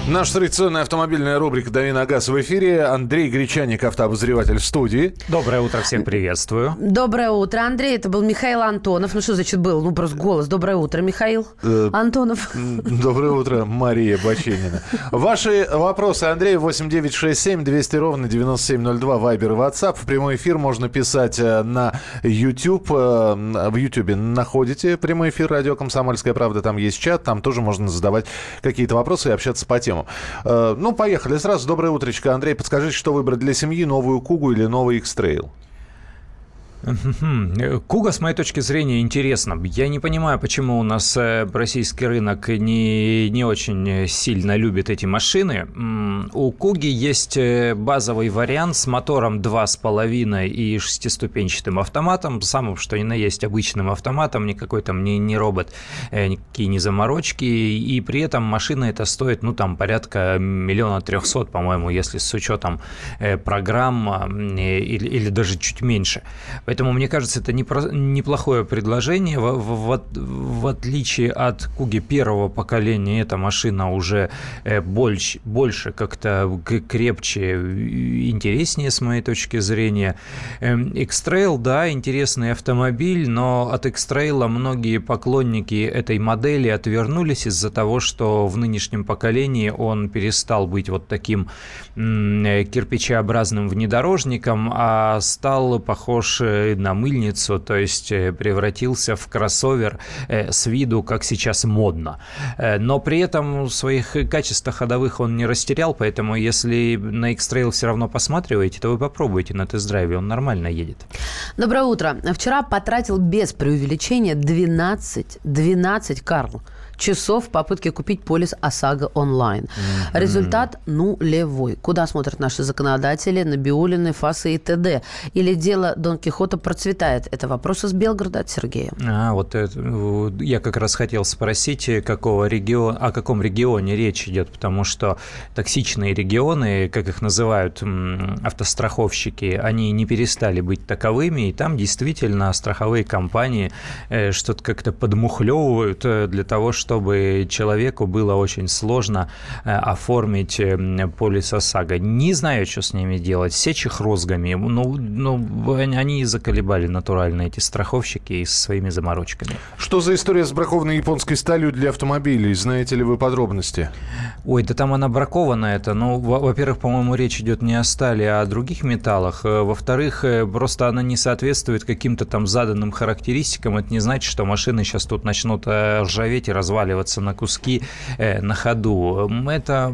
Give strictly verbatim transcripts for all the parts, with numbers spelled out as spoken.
Наша традиционная автомобильная рубрика «Дави на газ» в эфире. Андрей Гречаник, автообозреватель, в студии. Доброе утро, всех приветствую. Доброе утро, Андрей. Это был Михаил Антонов. Ну что значит был? Ну просто голос. Доброе утро, Михаил э, Антонов. Доброе утро, Мария Баченина. Ваши вопросы, Андрей, восемь девятьсот шестьдесят семь двести ровно девяносто семь ноль два, Вайбер и WhatsApp. В прямой эфир можно писать на YouTube. В YouTube находите прямой эфир «Радио Комсомольская правда». Там есть чат, там тоже можно задавать какие-то вопросы и общаться по темам. Ну, поехали сразу. Доброе утречко, Андрей. Подскажите, что выбрать для семьи, новую Кугу или новый X-Trail? Куга, с моей точки зрения, интересна. Я не понимаю, почему у нас российский рынок не, не очень сильно любит эти машины. У Куги есть базовый вариант с мотором два с половиной и шестиступенчатым автоматом, самым что ни на есть обычным автоматом, никакой там не, не робот, никакие не заморочки, и при этом машина эта стоит, ну, там, порядка миллиона трехсот, по-моему, если с учетом программ или, или даже чуть меньше. Поэтому, мне кажется, это неплохое предложение. В, в, в отличие от Куги первого поколения, эта машина уже больше, больше как-то крепче, интереснее, с моей точки зрения. X-Trail, да, интересный автомобиль, но от X-Trail многие поклонники этой модели отвернулись из-за того, что в нынешнем поколении он перестал быть вот таким кирпичеобразным внедорожником, а стал похож на мыльницу, то есть превратился в кроссовер с виду, как сейчас модно. Но при этом своих качеств ходовых он не растерял, поэтому если на X-Trail все равно посматриваете, то вы попробуйте на тест-драйве, он нормально едет. Доброе утро. Вчера потратил без преувеличения двенадцать, двенадцать, Карл, часов в попытке купить полис ОСАГО онлайн. Mm-hmm. Результат нулевой. Куда смотрят наши законодатели? Набиуллины, Фасы и т.д. Или дело Дон Кихота процветает? Это вопрос из Белгорода от Сергея. А, вот это, я как раз хотел спросить, какого региона, о каком регионе речь идет, потому что токсичные регионы, как их называют автостраховщики, они не перестали быть таковыми, и там действительно страховые компании что-то как-то подмухлевывают для того, чтобы чтобы человеку было очень сложно оформить полис ОСАГО. Не знаю, что с ними делать. Сечь их розгами. Ну, ну, они заколебали натурально, эти страховщики, и со своими заморочками. Что за история с бракованной японской сталью для автомобилей? Знаете ли вы подробности? Ой, да там она бракована, это. Ну, во-первых, по-моему, речь идет не о стали, а о других металлах. Во-вторых, просто она не соответствует каким-то там заданным характеристикам. Это не значит, что машины сейчас тут начнут ржаветь и разваливаться на куски э, на ходу. Это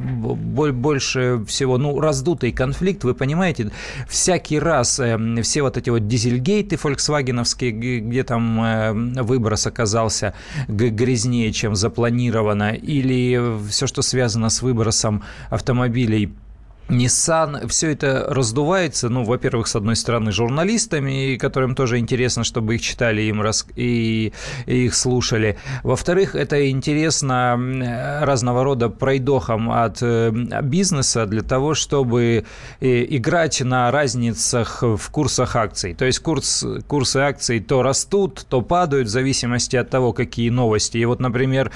больше всего, ну, раздутый конфликт, вы понимаете, всякий раз э, все вот эти вот дизельгейты фольксвагеновские, где там э, выброс оказался грязнее, чем запланировано, или все, что связано с выбросом автомобилей Nissan, все это раздувается, ну, во-первых, с одной стороны, журналистами, которым тоже интересно, чтобы их читали им рас... и... и их слушали. Во-вторых, это интересно разного рода пройдохам от бизнеса для того, чтобы играть на разницах в курсах акций. То есть курс... курсы акций то растут, то падают в зависимости от того, какие новости. И вот, например,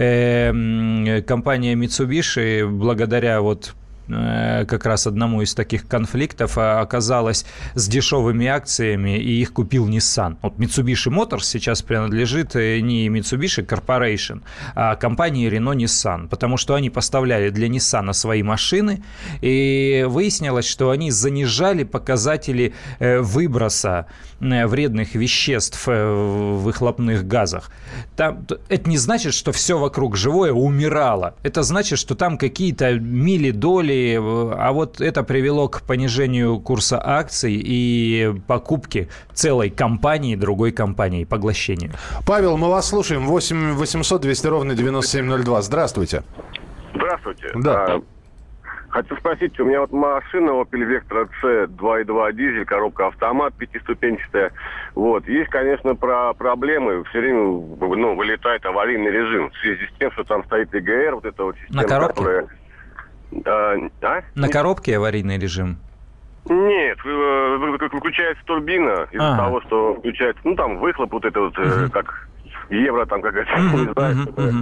компания Mitsubishi, благодаря вот как раз одному из таких конфликтов оказалась с дешевыми акциями, и их купил Nissan. Вот Mitsubishi Motors сейчас принадлежит не Mitsubishi Corporation, а компании Renault Nissan, потому что они поставляли для Nissan свои машины, и выяснилось, что они занижали показатели выброса вредных веществ в выхлопных газах. Там, это не значит, что все вокруг живое умирало. Это значит, что там какие-то миллидоли, а вот это привело к понижению курса акций и покупке целой компании другой компании, поглощению. Павел, мы вас слушаем. восемь восемьсот двести ровно девяносто семь ноль два. Здравствуйте. Здравствуйте. Да. А, хочу спросить, у меня вот машина Opel Vectra C два и два дизель, коробка автомат пятиступенчатая. Вот. Есть, конечно, про проблемы. Все время, ну, вылетает аварийный режим в связи с тем, что там стоит и гэ эр, вот эта вот система, на коробке? Которая... А, а? На коробке аварийный режим? Нет, выключается турбина из-за ага. того, что включается, ну, там, выхлоп вот это вот, mm-hmm. как евро, там, какая-то, mm-hmm. не знаю, mm-hmm.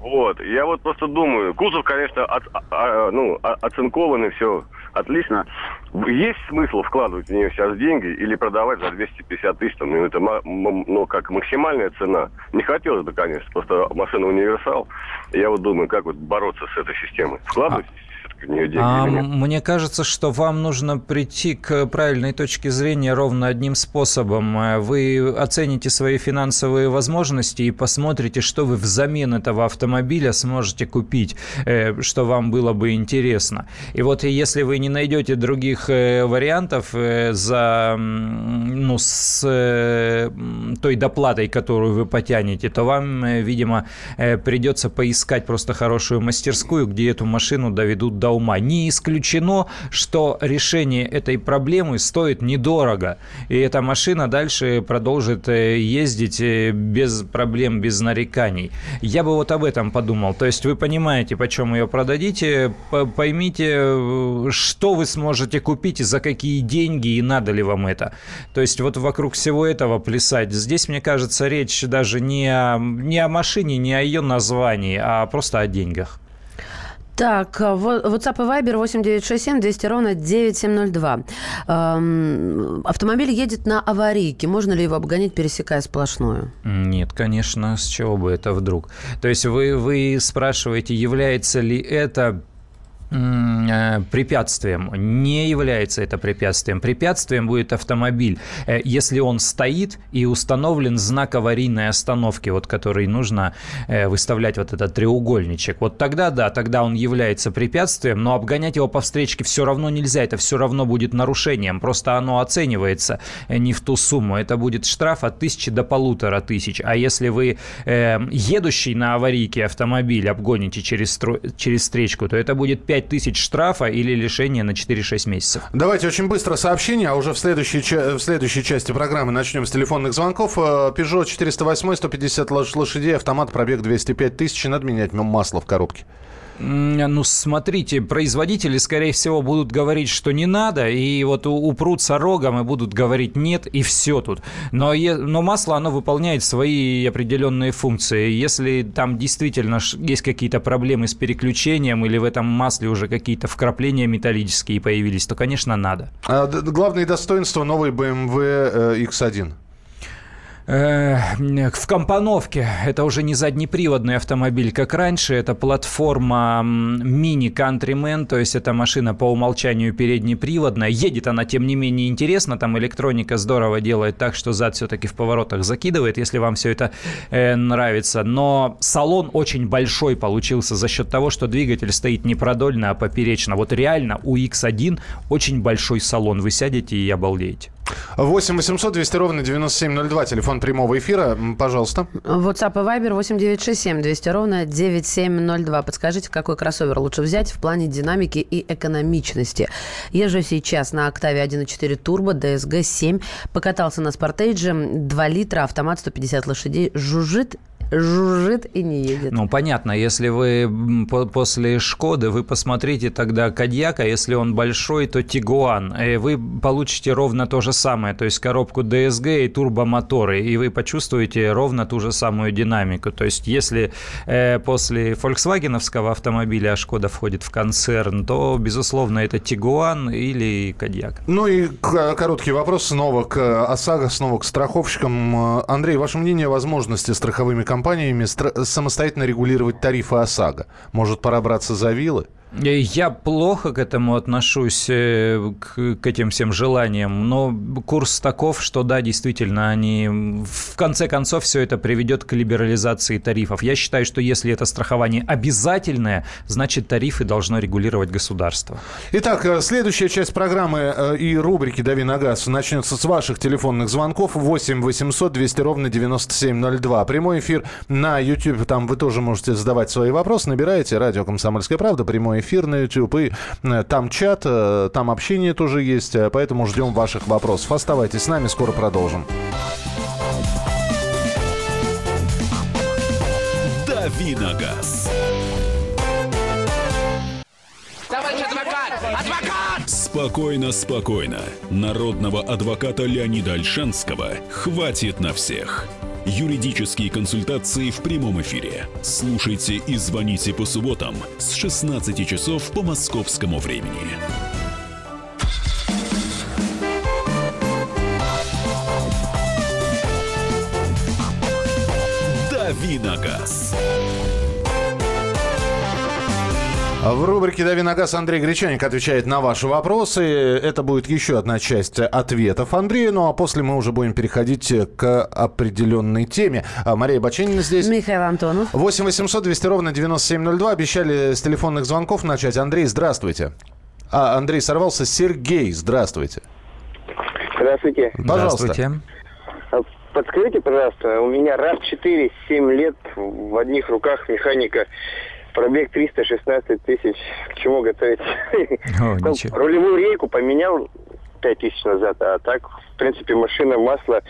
Вот, я вот просто думаю, кузов, конечно, от, а, ну, оцинкованный, все отлично. Есть смысл вкладывать в нее сейчас деньги или продавать за двести пятьдесят тысяч, там, ну, это, ну, как максимальная цена. Не хотелось бы, конечно, просто машина универсал. Я вот думаю, как вот бороться с этой системой. Вкладывать в нее деньги а или нет? Мне кажется, что вам нужно прийти к правильной точке зрения ровно одним способом. Вы оцените свои финансовые возможности и посмотрите, что вы взамен этого автомобиля сможете купить, что вам было бы интересно. И вот если вы не найдете других вариантов за, ну, с той доплатой, которую вы потянете, то вам, видимо, придется поискать просто хорошую мастерскую, где эту машину доведут до ума. Не исключено, что решение этой проблемы стоит недорого, и эта машина дальше продолжит ездить без проблем, без нареканий. Я бы вот об этом подумал. То есть вы понимаете, почем ее продадите, поймите, что вы сможете купить и за какие деньги, и надо ли вам это. То есть вот вокруг всего этого плясать. Здесь, мне кажется, речь даже не о, не о машине, не о ее названии, а просто о деньгах. Так, WhatsApp и Viber восемь девятьсот шестьдесят семь двести ровно девять семь ноль два. Эм, автомобиль едет на аварийке. Можно ли его обгонять, пересекая сплошную? Нет, конечно, с чего бы это вдруг? То есть вы, вы спрашиваете, является ли это препятствием. Не является это препятствием. Препятствием будет автомобиль, если он стоит и установлен знак аварийной остановки, вот который нужно выставлять вот этот треугольничек. Вот тогда, да, тогда он является препятствием, но обгонять его по встречке все равно нельзя, это все равно будет нарушением, просто оно оценивается не в ту сумму. Это будет штраф от тысячи до полутора тысяч. А если вы э, едущий на аварийке автомобиль обгоните через, через встречку, то это будет пять тысяч штрафа или лишения на четыре-шесть месяцев. Давайте очень быстро сообщение, а уже в следующей, в следующей части программы начнем с телефонных звонков. Peugeot четыреста восемь, сто пятьдесят лошадей, автомат, пробег двести пять тысяч, надо менять масло в коробке. Ну, смотрите, производители, скорее всего, будут говорить, что не надо, и вот упрутся рогом и будут говорить нет, и все тут. Но, но масло, оно выполняет свои определенные функции. Если там действительно есть какие-то проблемы с переключением или в этом масле уже какие-то вкрапления металлические появились, то, конечно, надо. А, главные достоинства новой бэ эм вэ икс один? В компоновке. Это уже не заднеприводный автомобиль, как раньше. Это платформа Mini Countryman, то есть эта машина по умолчанию переднеприводная. Едет она, тем не менее, интересно. Там электроника здорово делает так, что зад все-таки в поворотах закидывает, если вам все это э, нравится. Но салон очень большой получился за счет того, что двигатель стоит не продольно, а поперечно. Вот реально у икс один очень большой салон. Вы сядете и обалдеете. восемь восемьсот двести ровно девяносто семь ноль два, телефон прямого эфира, пожалуйста. WhatsApp и Viber восемь девятьсот шестьдесят семь двести ровно девять семь ноль два. Подскажите, какой кроссовер лучше взять в плане динамики и экономичности? Езжу сейчас на Octavia один и четыре турбо, ди эс джи семь. Покатался на Спортейдже, два литра, автомат, сто пятьдесят лошадей. Жужжит жужжит и не едет. Ну, понятно, если вы по- после Шкоды, вы посмотрите тогда Кодиак, а если он большой, то Тигуан. И вы получите ровно то же самое, то есть коробку ди эс джи и турбомоторы, и вы почувствуете ровно ту же самую динамику. То есть если э, после фольксвагеновского автомобиля Шкода входит в концерн, то, безусловно, это Тигуан или Кодиак. Ну и к- короткий вопрос снова к ОСАГО, снова к страховщикам. Андрей, ваше мнение о возможности страховыми компаниями стра- самостоятельно регулировать тарифы ОСАГО? Может, пора браться за вилы? Я плохо к этому отношусь, к, к этим всем желаниям, но курс таков, что да, действительно, они в конце концов все это приведет к либерализации тарифов. Я считаю, что если это страхование обязательное, значит тарифы должно регулировать государство. Итак, следующая часть программы и рубрики «Дави на газ» начнется с ваших телефонных звонков. восемь восемьсот двести ровно девяносто семь ноль два. Прямой эфир на YouTube, там вы тоже можете задавать свои вопросы. Набираете «Радио Комсомольская правда», прямой эфир. эфир на YouTube, и там чат, там общение тоже есть, поэтому ждем ваших вопросов. Оставайтесь с нами, скоро продолжим. Дави на газ. Товарищ адвокат! Адвокат! Спокойно, спокойно. Народного адвоката Леонида Ольшанского хватит на всех. Юридические консультации в прямом эфире. Слушайте и звоните по субботам с шестнадцати часов по московскому времени. Давиногаз. В рубрике «Дави на газ» Андрей Гречаник отвечает на ваши вопросы. Это будет еще одна часть ответов Андрею. Ну а после мы уже будем переходить к определенной теме. Мария Баченина здесь. Михаил Антонов. восемь восемьсот двести ровно девяносто семь ноль два. Обещали с телефонных звонков начать. Андрей, здравствуйте. А, Андрей сорвался. Сергей, здравствуйте. Здравствуйте. Пожалуйста. Здравствуйте. Подскажите, пожалуйста, у меня рав четыре, семь лет, в одних руках механика. Пробег триста шестнадцать тысяч. К чему готовить? О, ничего. Рулевую рейку поменял пять тысяч назад, а так, в принципе, машина, масло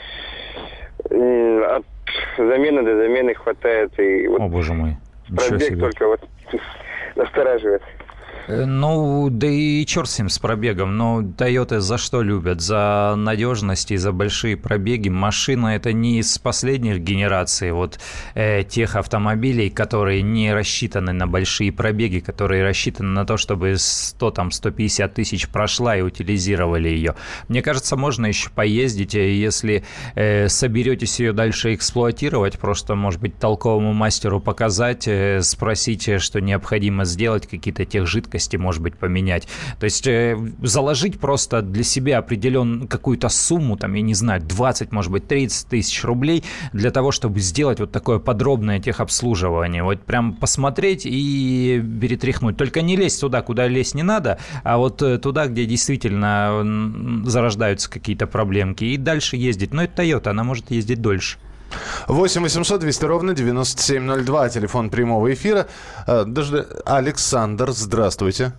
э, от замены до замены хватает. И вот О, боже мой. Ничего пробег себе. только вот настораживает. Ну, да и черт с ним, с пробегом. Но Toyota за что любят? За надежность и за большие пробеги. Машина это не из последних генераций вот э, тех автомобилей, которые не рассчитаны на большие пробеги, которые рассчитаны на то, чтобы сто, там, сто пятьдесят тысяч прошла и утилизировали ее. Мне кажется, можно еще поездить, если э, соберетесь ее дальше эксплуатировать, просто, может быть, толковому мастеру показать, э, спросить, что необходимо сделать, какие-то тех жидкости, может быть, поменять. То есть э, заложить просто для себя определенную какую-то сумму, там, я не знаю, двадцать, может быть, тридцать тысяч рублей для того, чтобы сделать вот такое подробное техобслуживание. Вот прям посмотреть и перетряхнуть. Только не лезть туда, куда лезть не надо, а вот туда, где действительно зарождаются какие-то проблемки, и дальше ездить. Но это Toyota, она может ездить дольше. восемь восемьсот двести ровно девяносто семь ноль два. Телефон прямого эфира. Даже Александр, здравствуйте.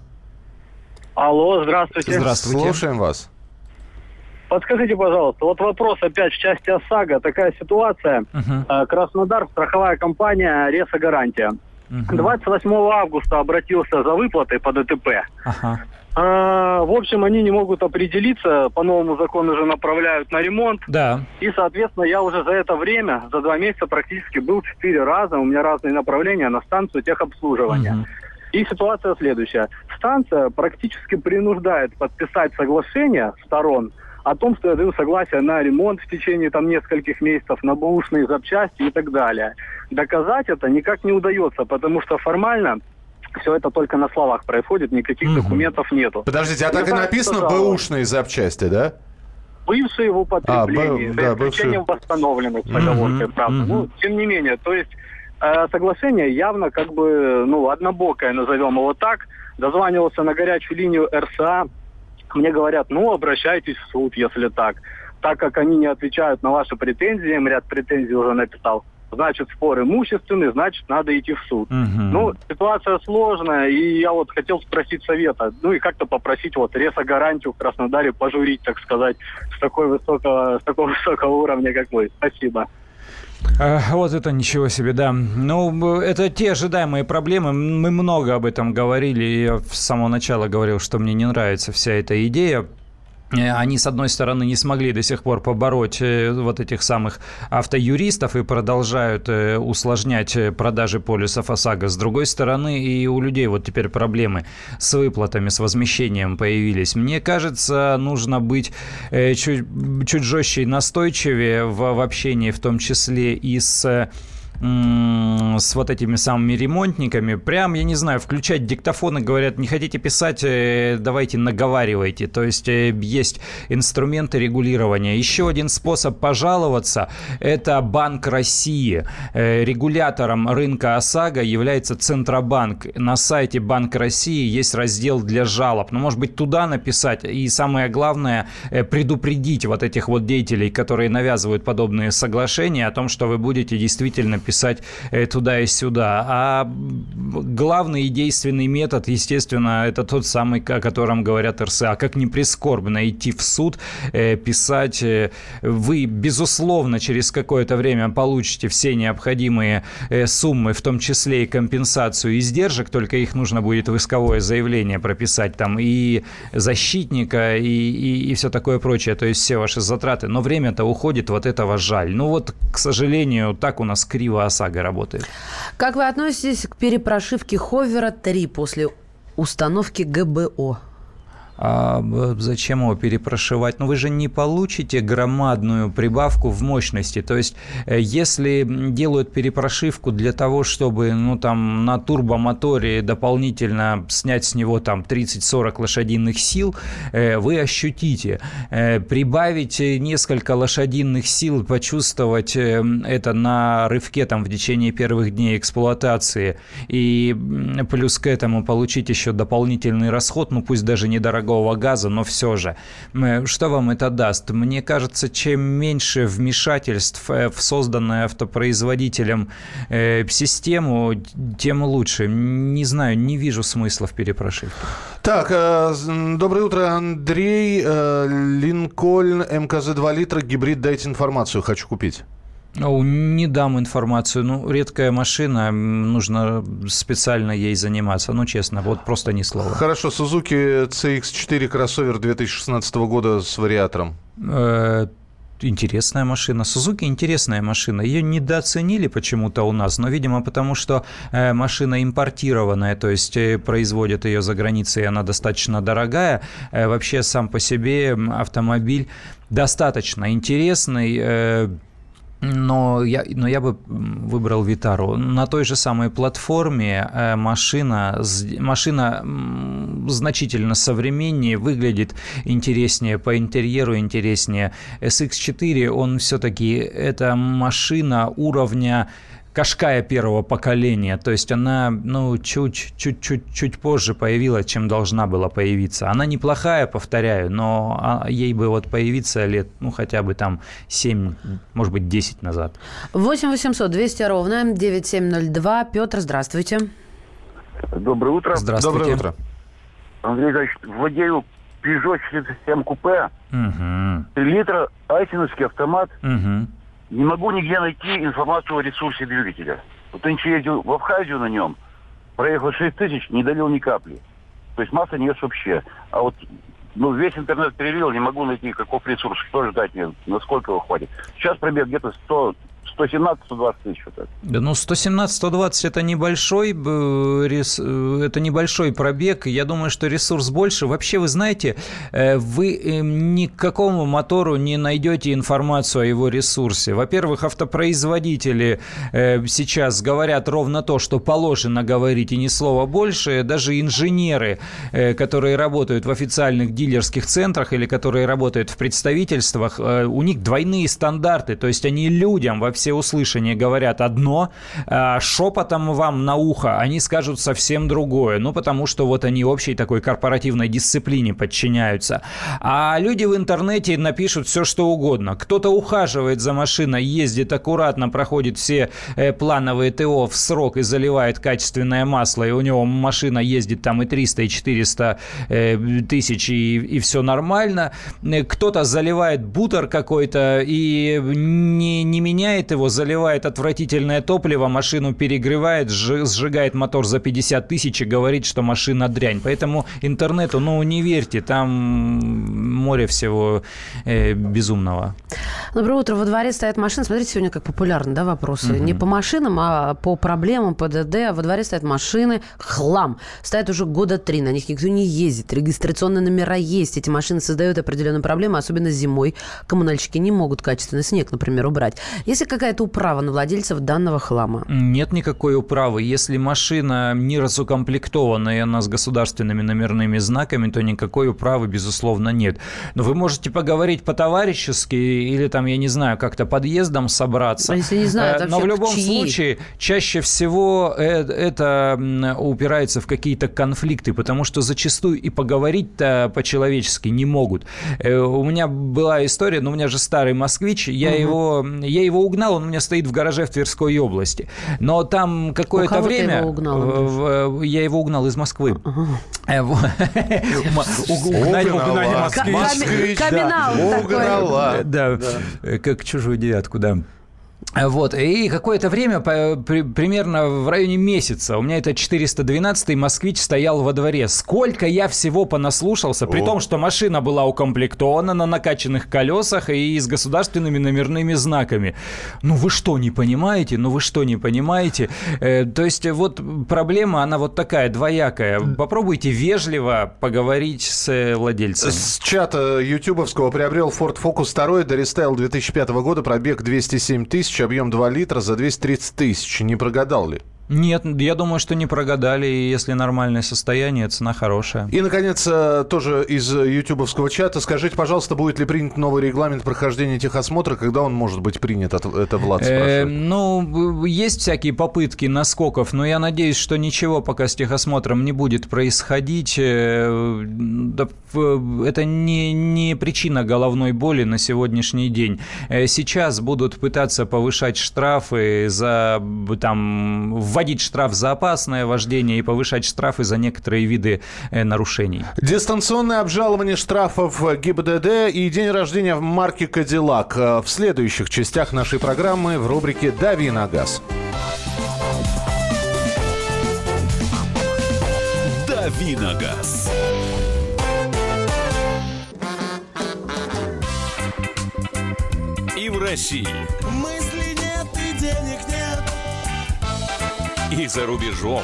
Алло, здравствуйте. Здравствуйте. Слушаем вас. Подскажите, пожалуйста, вот вопрос опять в части ОСАГО. Такая ситуация. Uh-huh. Краснодар, страховая компания «Реса Гарантия». Uh-huh. двадцать восьмого августа обратился за выплатой по ДТП. Uh-huh. А, в общем, они не могут определиться, по новому закону же направляют на ремонт. Да. И, соответственно, я уже за это время, за два месяца практически был четыре раза, у меня разные направления на станцию техобслуживания. Uh-huh. И ситуация следующая. Станция практически принуждает подписать соглашение сторон о том, что я даю согласие на ремонт в течение там нескольких месяцев, на бэушные запчасти и так далее. Доказать это никак не удается, потому что формально все это только на словах происходит, никаких угу. документов нету. Подождите, а так и написано бэушные запчасти, да? Бывшие в употреблении, а, за да, исключением бывшие... восстановленных с оговоркой, угу. правда. Угу. Ну, тем не менее, то есть э, соглашение явно как бы, ну, однобокое, назовем его так. Дозванивался на горячую линию эр эс а. Мне говорят, ну, обращайтесь в суд, если так. Так как они не отвечают на ваши претензии, я им ряд претензий уже написал, значит, спор имущественный, значит, надо идти в суд. Угу. Ну, ситуация сложная, и я вот хотел спросить совета, ну и как-то попросить вот Реса Гарантию в Краснодаре пожурить, так сказать, с, такой высокого, с такого высокого уровня, как вы. Спасибо. А, вот это ничего себе, да. Ну, это те ожидаемые проблемы. Мы много об этом говорили. Я с самого начала говорил, что мне не нравится вся эта идея. Они, с одной стороны, не смогли до сих пор побороть вот этих самых автоюристов и продолжают усложнять продажи полисов ОСАГО. С другой стороны, и у людей вот теперь проблемы с выплатами, с возмещением появились. Мне кажется, нужно быть чуть, чуть жестче и настойчивее в, в общении, в том числе и с... с вот этими самыми ремонтниками, прям, я не знаю, включать диктофоны, говорят, не хотите писать, давайте наговаривайте, то есть есть инструменты регулирования. Еще один способ пожаловаться – это Банк России. Регулятором рынка ОСАГО является Центробанк. На сайте Банк России есть раздел для жалоб, ну, может быть, туда написать, и самое главное, предупредить вот этих вот деятелей, которые навязывают подобные соглашения, о том, что вы будете действительно писать переписать туда и сюда. А главный и действенный метод, естественно, это тот самый, о котором говорят РСА. Как ни прискорбно идти в суд, писать. Вы, безусловно, через какое-то время получите все необходимые суммы, в том числе и компенсацию издержек, только их нужно будет в исковое заявление прописать, там и защитника, и, и, и все такое прочее, то есть все ваши затраты. Но время-то уходит, вот этого жаль. Ну вот, к сожалению, так у нас криво ОСАГО работает. Как вы относитесь к перепрошивке Ховера три после установки ГБО? А зачем его перепрошивать? Ну, вы же не получите громадную прибавку в мощности. То есть, если делают перепрошивку для того, чтобы, ну, там, на турбомоторе дополнительно снять с него, там, тридцать-сорок лошадиных сил, вы ощутите. Прибавить несколько лошадиных сил, почувствовать это на рывке, там, в течение первых дней эксплуатации, и плюс к этому получить еще дополнительный расход, ну, пусть даже недорого, газа, но все же. Что вам это даст? Мне кажется, чем меньше вмешательств в созданную автопроизводителем систему, тем лучше. Не знаю, не вижу смысла в перепрошивке. Так, э, доброе утро, Андрей. Э, Линкольн эм ка зэ два литра, гибрид, дайте информацию, хочу купить. Ну, не дам информацию. Ну, редкая машина, нужно специально ей заниматься. Ну, честно, вот просто ни слова. Хорошо, Suzuki си икс четыре кроссовер две тысячи шестнадцатого года с вариатором. Э-э- Интересная машина. Suzuki интересная машина. Ее недооценили почему-то у нас, но, видимо, потому что э, машина импортированная, то есть э, производят ее за границей, и она достаточно дорогая. Э, вообще, сам по себе автомобиль достаточно интересный. Э, Но я, но я бы выбрал Витару. На той же самой платформе машина, машина значительно современнее, выглядит интереснее, по интерьеру интереснее. эс икс четыре, он все-таки, это машина уровня Кашкая первого поколения, то есть она, ну, чуть-чуть позже появилась, чем должна была появиться. Она неплохая, повторяю, но ей бы вот появиться лет, ну, хотя бы там семь, может быть, десять назад. восемь восемьсот двести ровно девять семь ноль два. Петр, здравствуйте. Доброе утро. Здравствуйте. Доброе утро. Андрей Ильич, владею Peugeot четыреста семь купе, Угу. три литра, айсиновский автомат. Угу. Не могу нигде найти информацию о ресурсе двигателя. Вот я ездил в Абхазию на нем, проехал шесть тысяч, не долил ни капли. То есть масса не есть вообще. А вот, ну, весь интернет перевел, не могу найти, каков ресурс, что ждать мне, насколько его хватит. Сейчас пробег где-то сто, сто семнадцать - сто двадцать тысяч. Вот Да, ну, сто семнадцать - сто двадцать это небольшой, это небольшой пробег. Я думаю, что ресурс больше. Вообще, вы знаете, вы ни к какому мотору не найдете информацию о его ресурсе. Во-первых, автопроизводители сейчас говорят ровно то, что положено говорить, и ни слова больше. Даже инженеры, которые работают в официальных дилерских центрах или которые работают в представительствах, у них двойные стандарты. То есть они людям во всеуслышание говорят одно, а шепотом вам на ухо они скажут совсем другое. Ну, потому что вот они общей такой корпоративной дисциплине подчиняются. А люди в интернете напишут все, что угодно. Кто-то ухаживает за машиной, ездит аккуратно, проходит все плановые ТО в срок и заливает качественное масло, и у него машина ездит там и триста, и четыреста тысяч, и, и все нормально. Кто-то заливает бутер какой-то и не, не меняет его, заливает отвратительное топливо, машину перегревает, сжигает мотор за пятьдесят тысяч и говорит, что машина дрянь. Поэтому интернету, ну, не верьте, там море всего э, безумного. Доброе утро. Во дворе стоят машины. Смотрите, сегодня как популярны, да, вопросы. Угу. Не по машинам, а по проблемам, по ДД. Во дворе стоят машины, хлам. Стоят уже года три, на них никто не ездит. Регистрационные номера есть. Эти машины создают определенные проблемы, особенно зимой. Коммунальщики не могут качественный снег, например, убрать. Есть ли какая-то управа на владельцев данного хлама? Нет никакой управы. Если машина не разукомплектована и она с государственными номерными знаками, то никакой управы, безусловно, нет. Но вы можете поговорить по-товарищески или там там, я не знаю, как-то подъездом собраться. Если не знаю, это Но в любом чьи? случае, чаще всего это упирается в какие-то конфликты, потому что зачастую и поговорить-то по-человечески не могут. У меня была история, но у меня же старый «Москвич», я, угу. его, я его угнал, он у меня стоит в гараже в Тверской области. Но там какое-то время... Ты его угнал, я его угнал из Москвы. Угнали москвич. Камин-аут такой. Да, как чужую девятку, да. Вот, и какое-то время, по, при, примерно в районе месяца, у меня этот четыреста двенадцатый «Москвич» стоял во дворе. Сколько я всего понаслушался, при О. том, что машина была укомплектована на накачанных колесах и с государственными номерными знаками. Ну вы что, не понимаете? Ну вы что, не понимаете? Э, то есть вот проблема, она вот такая, двоякая. Попробуйте вежливо поговорить с владельцем. С чата ютубовского приобрел Ford Focus два, дорестайл две тысячи пятого года, пробег двести семь тысяч, объем два литра за двести тридцать тысяч. Не прогадал ли? Нет, я думаю, что не прогадали, и если нормальное состояние, цена хорошая. И, наконец, тоже из ютубовского чата. Скажите, пожалуйста, будет ли принят новый регламент прохождения техосмотра, когда он может быть принят? Это Влад спрашивает. Ну, есть всякие попытки наскоков, но я надеюсь, что ничего пока с техосмотром не будет происходить. Это не, не причина головной боли на сегодняшний день. Сейчас будут пытаться повышать штрафы за там вводить штраф за опасное вождение и повышать штрафы за некоторые виды э, нарушений. Дистанционное обжалование штрафов ГИБДД и день рождения марки «Кадиллак» в следующих частях нашей программы в рубрике «Дави на газ». «Дави на газ». И в России. Мысли нет и денег нет. И за рубежом.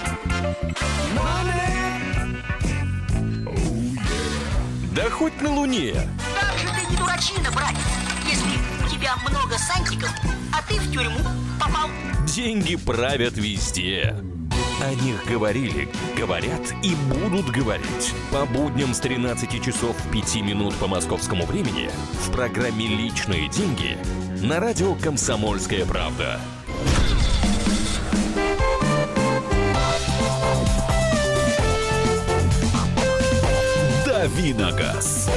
Oh, yeah. Да хоть на Луне. Как же ты не дурачина, братец, если у тебя много сантиков, а ты в тюрьму попал. Деньги правят везде. О них говорили, говорят и будут говорить. По будням с тринадцати часов пяти минут по московскому времени в программе «Личные деньги» на радио «Комсомольская правда». «Дави на газ».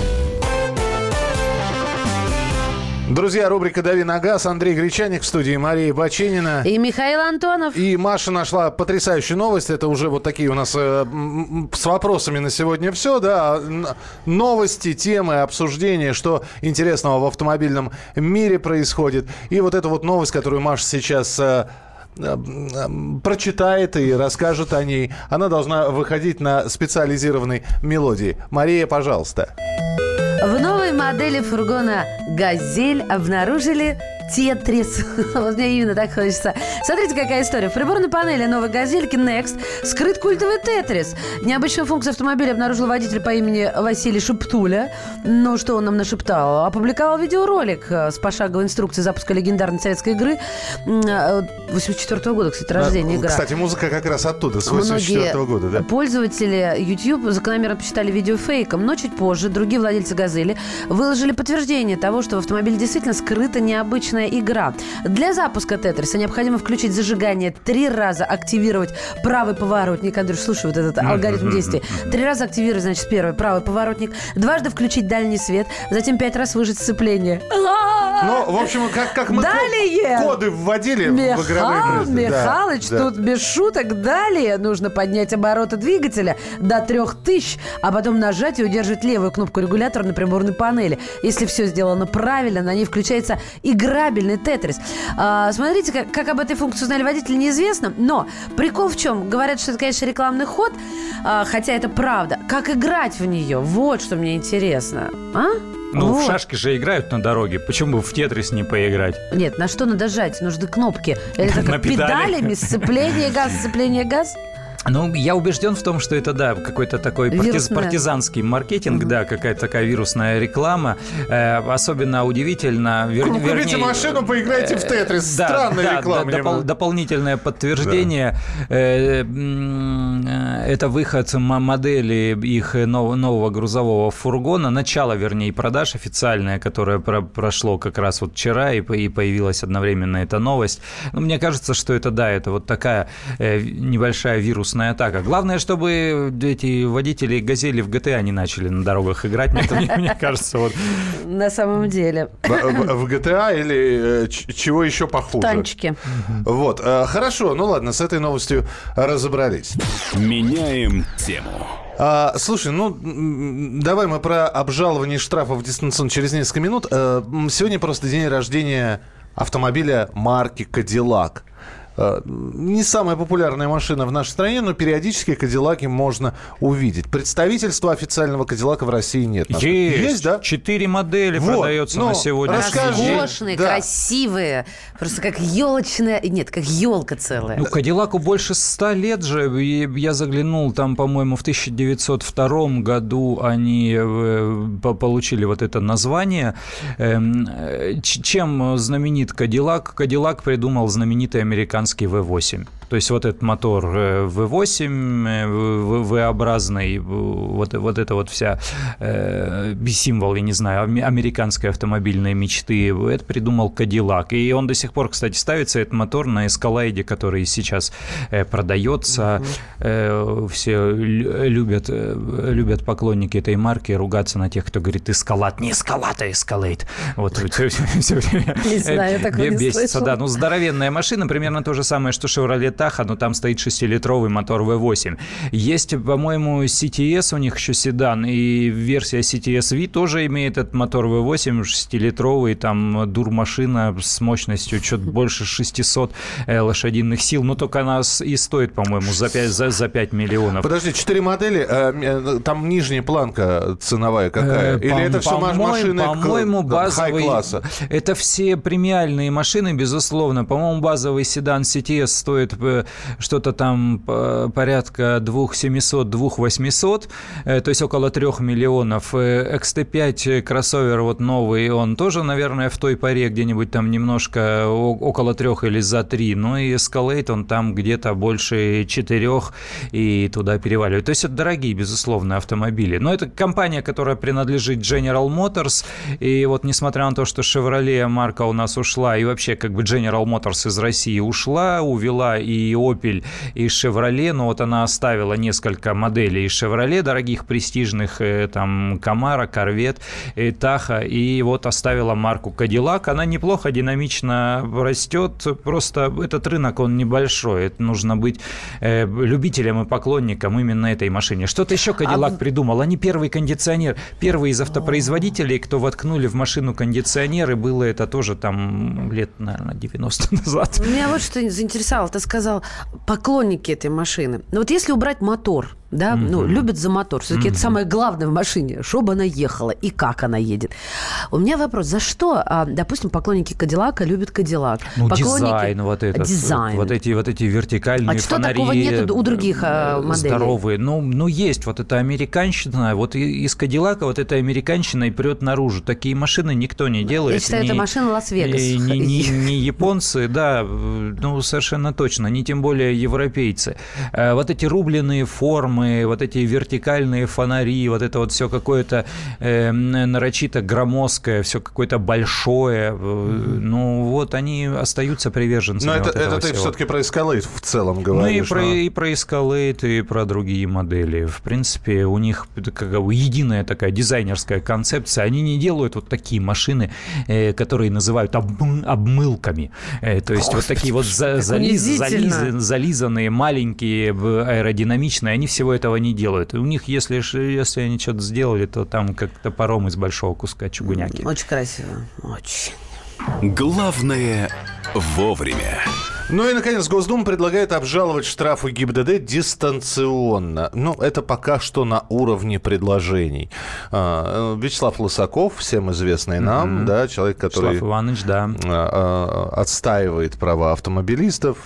Друзья, рубрика «Дави на газ». Андрей Гречаник в студии, Мария Баченина. И Михаил Антонов. И Маша нашла потрясающую новость. Это уже вот такие у нас э, с вопросами на сегодня все, да. Новости, темы, обсуждения, что интересного в автомобильном мире происходит. И вот эта вот новость, которую Маша сейчас... Э, прочитает и расскажет о ней. Она должна выходить на специализированной мелодии. Мария, пожалуйста. В новой модели фургона «Газель» обнаружили Тетрис. Вот мне именно так хочется. Смотрите, какая история. В приборной панели новой «Газельки» Next скрыт культовый Тетрис. Необычную функцию автомобиля обнаружил водитель по имени Василий Шептуля. Ну, что он нам нашептал? Опубликовал видеоролик с пошаговой инструкцией запуска легендарной советской игры восемьдесят четвёртого года, кстати, рождения игра. Кстати, музыка как раз оттуда, с восемьдесят четвёртого года. Да? Пользователи YouTube закономерно посчитали видео фейком, но чуть позже другие владельцы «Газели» выложили подтверждение того, что в автомобиле действительно скрыта необычная игра. Для запуска Тетриса необходимо включить зажигание, три раза активировать правый поворотник. Андрюш, слушай, вот этот алгоритм действий. Три раза активировать, значит, первый правый поворотник, дважды включить дальний свет, затем пять раз выжать сцепление. Ну, в общем, как, как мы далее, коды вводили Миха... в игровые игры. Михалыч, да, тут да. без шуток. Далее нужно поднять обороты двигателя до трех тысяч, а потом нажать и удерживать левую кнопку регулятора на приборной панели. Если все сделано правильно, на ней включается играбельный Тетрис. А, смотрите, как, как об этой функции узнали водители, неизвестно. Но прикол в чем? Говорят, что это, конечно, рекламный ход, а, хотя это правда. Как играть в нее? Вот что мне интересно. А? Ну, вот. В шашки же играют на дороге. Почему бы в Тетрис не поиграть? Нет, на что надо жать? Нужны кнопки. Это как педалями, сцепление, газ, сцепление, газ. Ну, я убежден в том, что это, да, какой-то такой партиз, партизанский маркетинг, mm-hmm. да, какая-то такая вирусная реклама. Э, особенно удивительно... Вер, Купите вернее, машину, поиграйте в Тетрис. Да, Странная да, реклама. Да, допол- дополнительное подтверждение. Да. Э, э, это выход модели их нового, нового грузового фургона. Начало, вернее, продаж официальное, которое про- прошло как раз вот вчера, и, и появилась одновременно эта новость. Но мне кажется, что это, да, это вот такая э, небольшая вирусная атака. Главное, чтобы эти водители «Газели» в джи ти эй не начали на дорогах играть. Мне, мне, мне кажется, вот... На самом деле. В джи ти эй или чего еще похуже? Танчики. Вот. Хорошо. Ну ладно, с этой новостью разобрались. Меняем тему. А, слушай, ну, давай мы про обжалование штрафов дистанционно через несколько минут. А, сегодня просто день рождения автомобиля марки «Кадиллак». Не самая популярная машина в нашей стране, но периодически «Кадиллаки» можно увидеть. Представительства официального «Кадиллака» в России нет. Есть, Есть, да? Четыре модели вот, продается ну, на сегодня. Роскошные, да. Красивые, просто как елочная, нет, как елка целая. Ну, «Кадиллаку» больше ста лет же. Я заглянул, там, по-моему, в тысяча девятьсот втором году они получили вот это название. Чем знаменит «Кадиллак»? «Кадиллак» придумал знаменитый американский ви восемь. То есть вот этот мотор ви восемь, V-образный, вот, вот это вот вся э, символ, я не знаю, американской автомобильной мечты, это придумал Кадиллак. И он до сих пор, кстати, ставится, этот мотор на Эскалайде, который сейчас э, продается. Э, все любят, любят поклонники этой марки ругаться на тех, кто говорит Эскалад, не Эскалад, а Эскалейд. Вот все время бесится. Да, ну здоровенная машина, примерно то же самое, что Chevrolet Tahoe, но там стоит шестилитровый мотор ви восемь. Есть, по-моему, си ти эс у них еще седан, и версия си ти эс ви тоже имеет этот мотор ви восемь, шестилитровый, там дур-машина с мощностью чуть больше шестисот лошадиных сил, но только она и стоит, по-моему, за пять, за, за пять миллионов. Подожди, четыре модели, там нижняя планка ценовая какая? Или По- это все по-моему, машины по-моему, базовый, хай-класса? Это все премиальные машины, безусловно. По-моему, базовый седан си ти эс стоит что-то там порядка две тысячи семьсот - две тысячи восемьсот, то есть около трех миллионов. икс ти пять кроссовер вот новый, он тоже, наверное, в той паре где-нибудь там немножко около трех или за три. Ну и Escalade, он там где-то больше четырех и туда переваливает. То есть это дорогие, безусловно, автомобили. Но это компания, которая принадлежит General Motors. И вот несмотря на то, что Chevrolet марка у нас ушла, и вообще как бы General Motors из России ушла, увела и Opel, и Chevrolet, но вот она оставила несколько моделей Chevrolet, дорогих, престижных, там, Camaro, Corvette, Tahoe, и вот оставила марку Cadillac. Она неплохо, динамично растет, просто этот рынок, он небольшой, это нужно быть э, любителем и поклонником именно этой машине. Что-то еще Cadillac а... придумал, они первый кондиционер, первый из автопроизводителей, кто воткнули в машину кондиционер, и было это тоже там лет, наверное, девяносто назад. Меня вот что заинтересовало, ты сказал, поклонники этой машины. Но вот если убрать мотор, да, mm-hmm. ну, любят за мотор. Все-таки mm-hmm. это самое главное в машине, чтобы она ехала и как она едет. У меня вопрос, за что, допустим, поклонники Кадиллака любят Кадиллак? Ну, поклонники... дизайн вот этот. Дизайн. Вот эти, вот эти вертикальные а что фонари. Такого нет у других моделей? Здоровые. Ну, ну, есть вот эта американщина. Вот из Кадиллака вот эта американщина и прет наружу. Такие машины никто не делает. Я считаю, ни, это машина Лас-Вегас. Не, не, не, не японцы, да, ну, совершенно точно. Не тем более европейцы. Вот эти рубленые формы, вот эти вертикальные вертикальные фонари, вот это вот все какое-то э, нарочито громоздкое, все какое-то большое. Ну, вот они остаются приверженцами. Но вот это, это ты все-таки про Escalade в целом говоришь. Ну, и про, но... и про Escalade, и про другие модели. В принципе, у них как бы единая такая дизайнерская концепция. Они не делают вот такие машины, э, которые называют обм- обмылками. Э, то есть Господи, вот такие вот за, зализ, зализ, зализанные, маленькие, аэродинамичные. Они всего этого не делают. У них, если, если они что-то сделали, то там как топором из большого куска чугуняки. Очень красиво. Очень. Главное вовремя. Ну и, наконец, Госдума предлагает обжаловать штрафы ГИБДД дистанционно. Ну, это пока что на уровне предложений. Вячеслав Лысаков, всем известный нам, mm-hmm. да, человек, который Вячеслав Иванович, да. отстаивает права автомобилистов.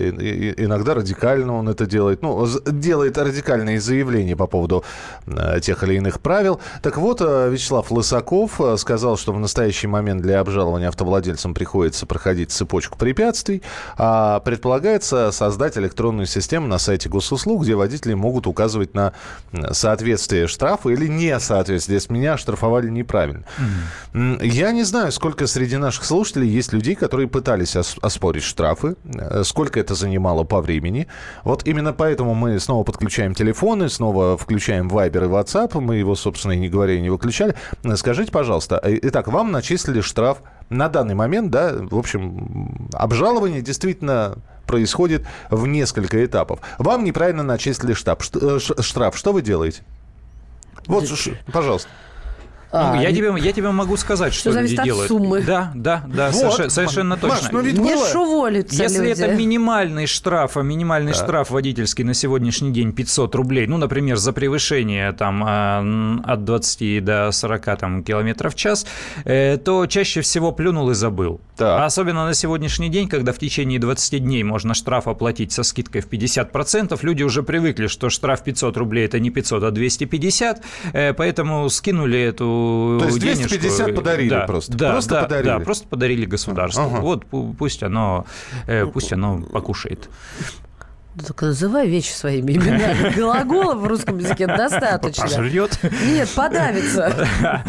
Иногда радикально он это делает. Ну, делает радикальные заявления по поводу тех или иных правил. Так вот, Вячеслав Лысаков сказал, что в настоящий момент для обжалования автовладельцам приходится проходить цепочку препятствий, а предполагается создать электронную систему на сайте госуслуг, где водители могут указывать на соответствие штрафа или несоответствие. Если меня оштрафовали неправильно. Mm-hmm. Я не знаю, сколько среди наших слушателей есть людей, которые пытались ос- оспорить штрафы, сколько это занимало по времени. Вот именно поэтому мы снова подключаем телефоны, снова включаем Viber и WhatsApp. Мы его, собственно, и не говоря, и не выключали. Скажите, пожалуйста, итак, вам начислили штраф на данный момент, да, в общем, обжалование действительно происходит в несколько этапов. Вам неправильно начислили штраф. Штраф. Что вы делаете? Вот, пожалуйста. Ну, я, тебе, я тебе могу сказать, что, что люди делают. Суммы. Да, да, да, вот. совершенно, совершенно точно. Маш, ну ведь не было... шуволятся Если люди. это минимальный штраф, а минимальный да. штраф водительский на сегодняшний день пятьсот рублей, ну, например, за превышение там, от двадцати до сорока там, километров в час, э, то чаще всего плюнул и забыл. А особенно на сегодняшний день, когда в течение двадцати дней можно штраф оплатить со скидкой в пятьдесят процентов, люди уже привыкли, что штраф пятьсот рублей – это не пятьсот, а двести пятьдесят, э, поэтому скинули эту То есть денежку. двести пятьдесят подарили да, просто? Да, просто да, подарили. да, просто подарили государству. Ага. Вот пусть оно, э, пусть оно покушает. Только называй вещи своими именами. Глаголов в русском языке достаточно. Пожрет? Нет, подавится.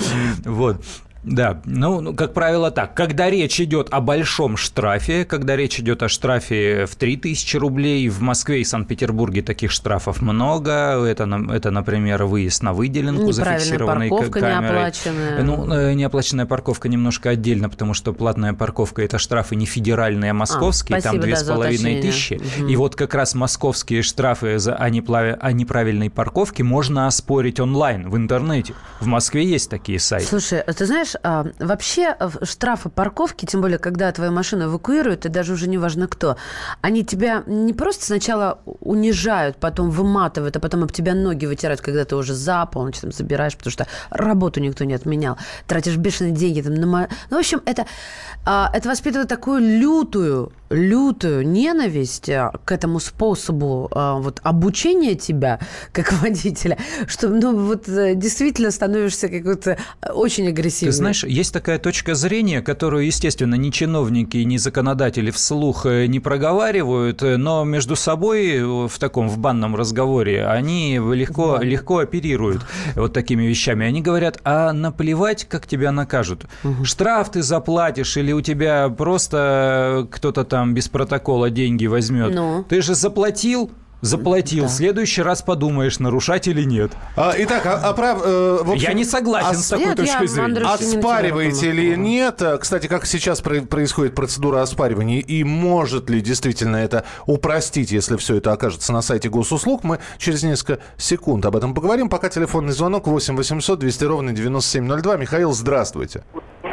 Вот. Да, ну, как правило, так. Когда речь идет о большом штрафе, когда речь идет о штрафе в три тысячи рублей, в Москве и Санкт-Петербурге таких штрафов много. Это, это например, выезд на выделенку, зафиксированной камерой. Неоплаченная. Ну, неоплаченная парковка немножко отдельно, потому что платная парковка – это штрафы не федеральные, а московские, а, там две с половиной тысячи. Угу. И вот как раз московские штрафы за о неправильной парковке можно оспорить онлайн, в интернете. В Москве есть такие сайты. Слушай, ты знаешь, А, вообще штрафы парковки, тем более, когда твою машину эвакуируют, и даже уже не важно кто, они тебя не просто сначала унижают, потом выматывают, а потом об тебя ноги вытирают, когда ты уже за полночь там забираешь, потому что работу никто не отменял. Тратишь бешеные деньги. Там, на... Ну, в общем, это, а, это воспитывает такую лютую, лютую ненависть к этому способу а, вот, обучения тебя, как водителя, что ну, вот, действительно становишься какой-то очень агрессивным. Знаешь, есть такая точка зрения, которую, естественно, ни чиновники, ни законодатели вслух не проговаривают, но между собой в таком, в банном разговоре они легко, легко оперируют вот такими вещами. Они говорят, а наплевать, как тебя накажут. Угу. Штраф ты заплатишь или у тебя просто кто-то там без протокола деньги возьмет. Ну. Ты же заплатил? Заплатил. Да. В следующий раз подумаешь, нарушать или нет. А, итак, а, а прав, э, в общем, я не согласен ос... с такой нет, точкой зрения. Оспариваете или нет? Кстати, как сейчас происходит процедура оспаривания? И может ли действительно это упростить, если все это окажется на сайте госуслуг? Мы через несколько секунд об этом поговорим. Пока телефонный звонок восемь восемьсот двести ровно девяносто семь ноль два. Михаил, здравствуйте.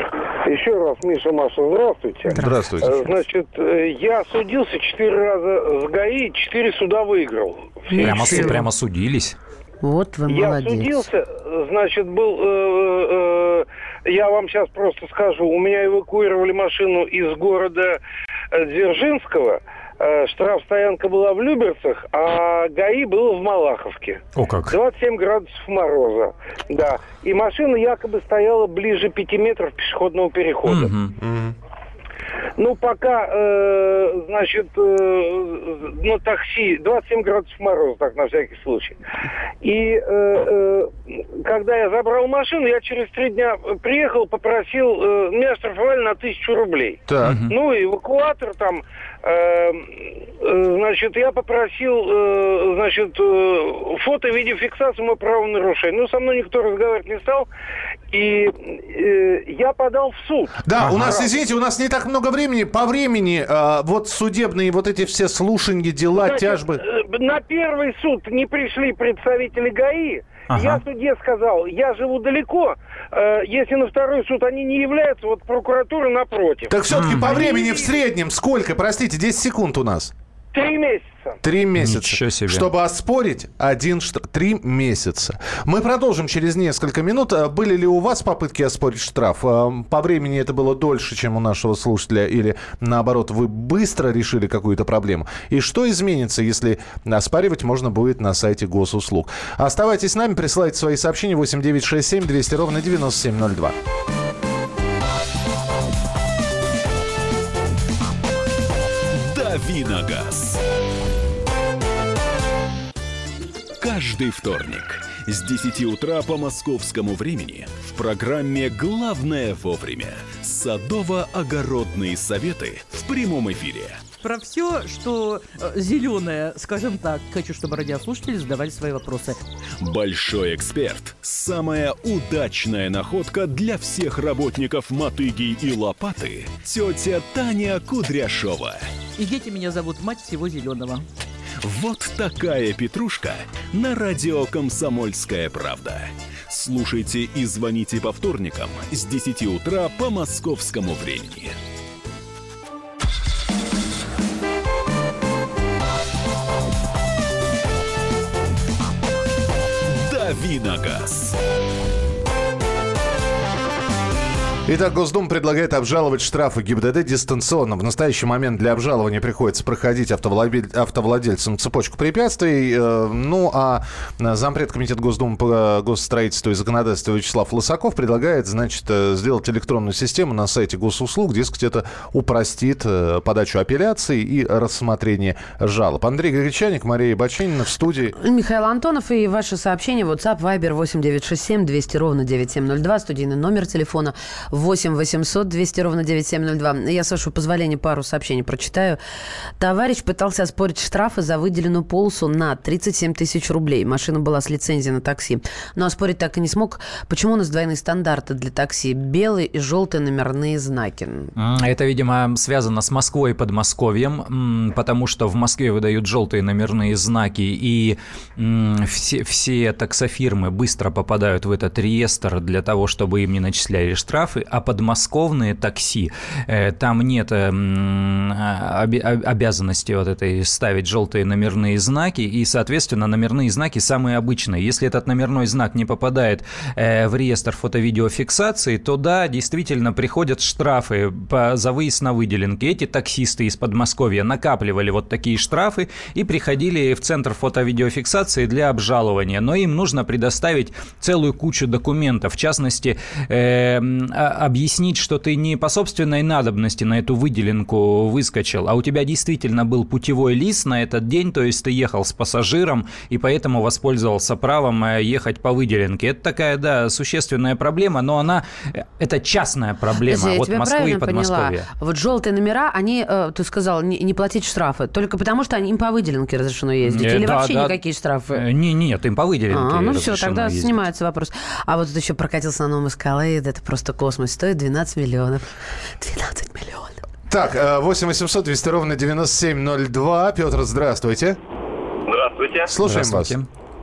Еще раз, Миша, Маша, здравствуйте. Здравствуйте. Значит, я судился четыре раза с ГАИ, четыре суда выиграл. Прямо, прямо судились? Вот вы я молодец. Я судился, значит, был... Э, э, я вам сейчас просто скажу. У меня эвакуировали машину из города Дзержинского. Штрафстоянка была в Люберцах, а ГАИ было в Малаховке. О, как. двадцать семь градусов мороза. Да. И машина якобы стояла ближе пяти метров пешеходного перехода. Mm-hmm. Mm-hmm. Ну, пока, э, значит, э, ну, такси, двадцать семь градусов мороза, так, на всякий случай. И э, э, когда я забрал машину, я через три дня приехал, попросил, э, меня штрафовали на тысячу рублей. Так. Ну, эвакуатор там, э, э, значит, я попросил, э, значит, э, фото, видеофиксацию моего правонарушения. Ну, со мной никто разговаривать не стал. И э, я подал в суд. Да, ага. у нас, извините, у нас не так много времени. По времени э, вот судебные вот эти все слушания, дела, Значит, тяжбы. Э, на первый суд не пришли представители ГАИ. Ага. Я судье сказал, я живу далеко, э, если на второй суд они не являются, вот прокуратура напротив. Так все-таки по Они- времени в среднем сколько? Простите, десять секунд у нас. Три месяца. Три месяца. Ничего себе. Чтобы оспорить один штраф. Три месяца. Мы продолжим через несколько минут. А были ли у вас попытки оспорить штраф? А, По времени это было дольше, чем у нашего слушателя? Или наоборот, вы быстро решили какую-то проблему? И что изменится, если оспаривать можно будет на сайте госуслуг? Оставайтесь с нами, присылайте свои сообщения восемь девятьсот шестьдесят семь двести ровно девяносто семь ноль два. Давиногаз. Каждый вторник с десяти утра по московскому времени в программе «Главное вовремя» садово-огородные советы в прямом эфире. Про все, что э, зеленое, скажем так. Хочу, чтобы радиослушатели задавали свои вопросы. Большой эксперт. Самая удачная находка для всех работников мотыги и лопаты. Тетя Таня Кудряшова. И дети меня зовут мать всего зеленого. Вот такая петрушка на радио «Комсомольская правда». Слушайте и звоните по вторникам с десяти утра по московскому времени. Давиногаз. Итак, Госдума предлагает обжаловать штрафы ГИБДД дистанционно. В настоящий момент для обжалования приходится проходить автовладель... автовладельцам цепочку препятствий. Ну, а зампред Комитета Госдумы по госстроительству и законодательству Вячеслав Лысаков предлагает, значит, сделать электронную систему на сайте госуслуг. Дескать, это упростит подачу апелляций и рассмотрение жалоб. Андрей Гречаник, Мария Баченина в студии. Михаил Антонов и ваши сообщения. WhatsApp, Viber восемь девятьсот шестьдесят семь двести ровно девяносто семь ноль два. Студийный номер телефона восемь восемьсот двести ровно девяносто семь ноль два. Я, с вашего позволения, пару сообщений прочитаю. Товарищ пытался оспорить штрафы за выделенную полосу на тридцать семь тысяч рублей. Машина была с лицензией на такси. Но оспорить так и не смог. Почему у нас двойные стандарты для такси? Белые и желтые номерные знаки. Это, видимо, связано с Москвой и Подмосковьем, потому что в Москве выдают желтые номерные знаки, и все, все таксофирмы быстро попадают в этот реестр для того, чтобы им не начисляли штрафы. А подмосковные такси, э, там нет э, об, обязанности вот этой ставить желтые номерные знаки, и, соответственно, номерные знаки самые обычные. Если этот номерной знак не попадает э, в реестр фото-видеофиксации, то да, действительно приходят штрафы по, за выезд на выделенке. Эти таксисты из Подмосковья накапливали вот такие штрафы и приходили в центр фото-видеофиксации для обжалования. Но им нужно предоставить целую кучу документов, в частности, э, объяснить, что ты не по собственной надобности на эту выделенку выскочил, а у тебя действительно был путевой лист на этот день, то есть ты ехал с пассажиром и поэтому воспользовался правом ехать по выделенке. Это такая, да, существенная проблема, но она, это частная проблема Подожди, от Москвы и Подмосковья. Поняла. Вот желтые номера, они, ты сказал, не, не платить штрафы, только потому что им по выделенке разрешено ездить? Или да, вообще да. никакие штрафы? Не, нет, им по выделенке А, ну все, тогда ездить. снимается вопрос. А вот тут еще прокатился на новом Эскалейд, это просто космос, стоит двенадцать миллионов. двенадцать миллионов. Так, восемь восемьсот двести ровно девяносто семь ноль два. Петр, здравствуйте. Здравствуйте. Слушаем вас.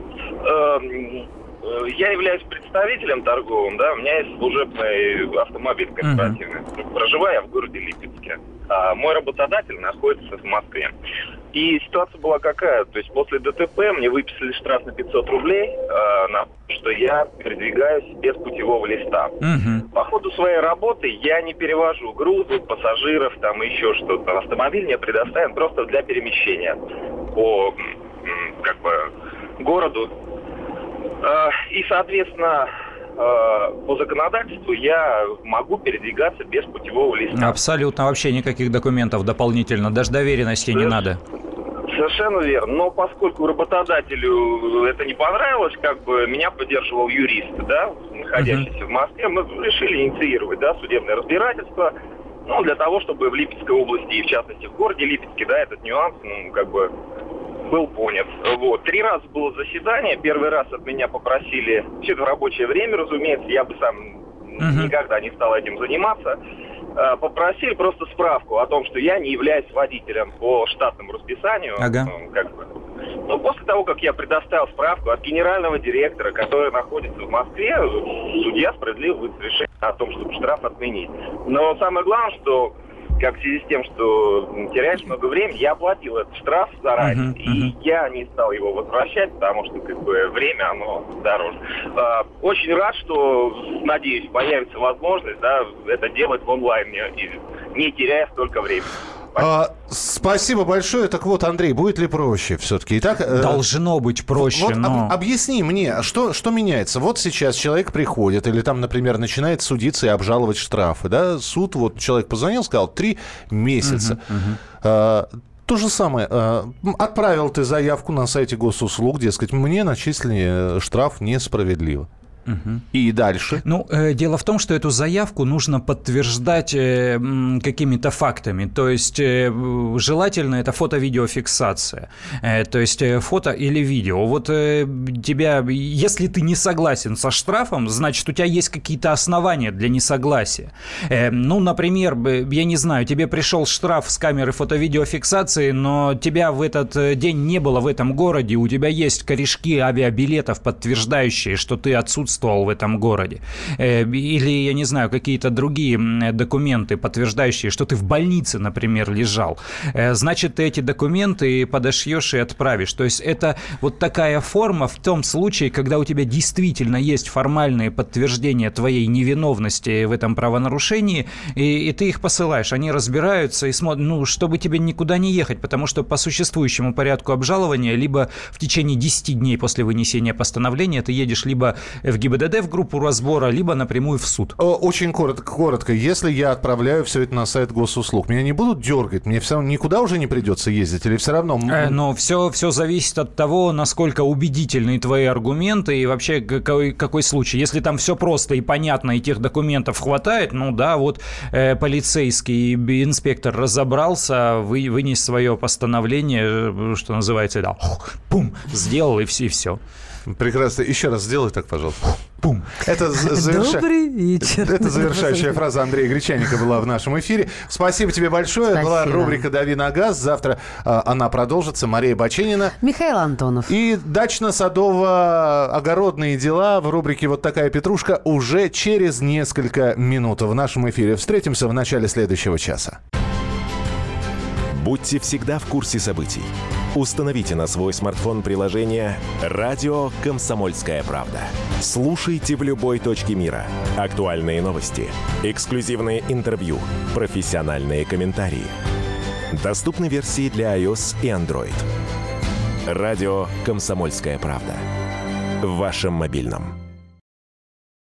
Я являюсь представителем торговым, да, у меня есть служебный автомобиль корпоративный. Uh-huh. Проживаю я в городе Липецке. А мой работодатель находится в Москве. И ситуация была какая? То есть после ДТП мне выписали штраф на пятьсот рублей, э, на что я передвигаюсь без путевого листа. Uh-huh. По ходу своей работы я не перевожу грузы, пассажиров, там еще что-то. Автомобиль мне предоставлен просто для перемещения по, как бы, городу. И, соответственно, по законодательству я могу передвигаться без путевого листа. Абсолютно, вообще никаких документов дополнительно, даже доверенности не надо. Совершенно верно. Но поскольку работодателю это не понравилось, как бы меня поддерживал юрист, да, находящийся uh-huh. в Москве, мы решили инициировать, да, судебное разбирательство, ну, для того, чтобы в Липецкой области и, в частности, в городе Липецке, да, этот нюанс, ну, как бы был понят. Вот. Три раза было заседание. Первый раз от меня попросили, все это в рабочее время, разумеется, я бы сам uh-huh. никогда не стал этим заниматься. Попросили просто справку о том, что я не являюсь водителем по штатному расписанию. Ага. Как бы, Но после того, как я предоставил справку от генерального директора, который находится в Москве, судья справедливо вынес решение о том, чтобы штраф отменить. Но самое главное, что как в связи с тем, что теряешь много времени, я оплатил этот штраф заранее, uh-huh, uh-huh. и я не стал его возвращать, потому что как бы время, оно дороже. А, очень рад, что, надеюсь, появится возможность, да, это делать в онлайне, не теряя столько времени. А, спасибо большое. Так вот, Андрей, будет ли проще все-таки? Итак, должно быть проще, вот, но... об, объясни мне, что, что меняется? Вот сейчас человек приходит или там, например, начинает судиться и обжаловать штрафы, да? Суд, вот человек позвонил, сказал, три месяца. Uh-huh, uh-huh. А, то же самое. А, отправил ты заявку на сайте госуслуг, дескать, мне начислили штраф несправедливо. Угу. И дальше? Ну, э, дело в том, что эту заявку нужно подтверждать э, м, какими-то фактами. То есть, э, желательно это фото-видеофиксация. Э, то есть, э, фото или видео. Вот э, тебя, если ты не согласен со штрафом, значит, у тебя есть какие-то основания для несогласия. Э, ну, например, я не знаю, тебе пришел штраф с камеры фото-видеофиксации, но тебя в этот день не было в этом городе, у тебя есть корешки авиабилетов, подтверждающие, что ты отсутствовал в этом городе. Или, я не знаю, какие-то другие документы, подтверждающие, что ты в больнице, например, лежал. Значит, ты эти документы подошьешь и отправишь. То есть это вот такая форма в том случае, когда у тебя действительно есть формальные подтверждения твоей невиновности в этом правонарушении, и, и ты их посылаешь. Они разбираются и смотрят, ну, чтобы тебе никуда не ехать, потому что по существующему порядку обжалования либо в течение десяти дней после вынесения постановления ты едешь либо в ГИБДД в группу разбора, либо напрямую в суд. Очень коротко, коротко. Если я отправляю все это на сайт госуслуг, меня не будут дергать? Мне все равно никуда уже не придется ездить? Или все равно... Э, но все, все зависит от того, насколько убедительны твои аргументы и вообще какой, какой случай. Если там все просто и понятно, и тех документов хватает, ну да, вот э, полицейский инспектор разобрался, вы, вынес свое постановление, что называется, да, пум, сделал и все, и все. Прекрасно. Еще раз сделай так, пожалуйста. Пум. Это, заверша... Добрый вечер. Это завершающая фраза Андрея Гречаника была в нашем эфире. Спасибо тебе большое. Спасибо. Была рубрика «Дави на газ». Завтра а, она продолжится. Мария Баченина. Михаил Антонов. И дачно-садово-огородные дела в рубрике «Вот такая петрушка» уже через несколько минут в нашем эфире. Встретимся в начале следующего часа. Будьте всегда в курсе событий. Установите на свой смартфон приложение «Радио Комсомольская правда». Слушайте в любой точке мира. Актуальные новости, эксклюзивные интервью, профессиональные комментарии. Доступны версии для iOS и Android. «Радио Комсомольская правда». В вашем мобильном.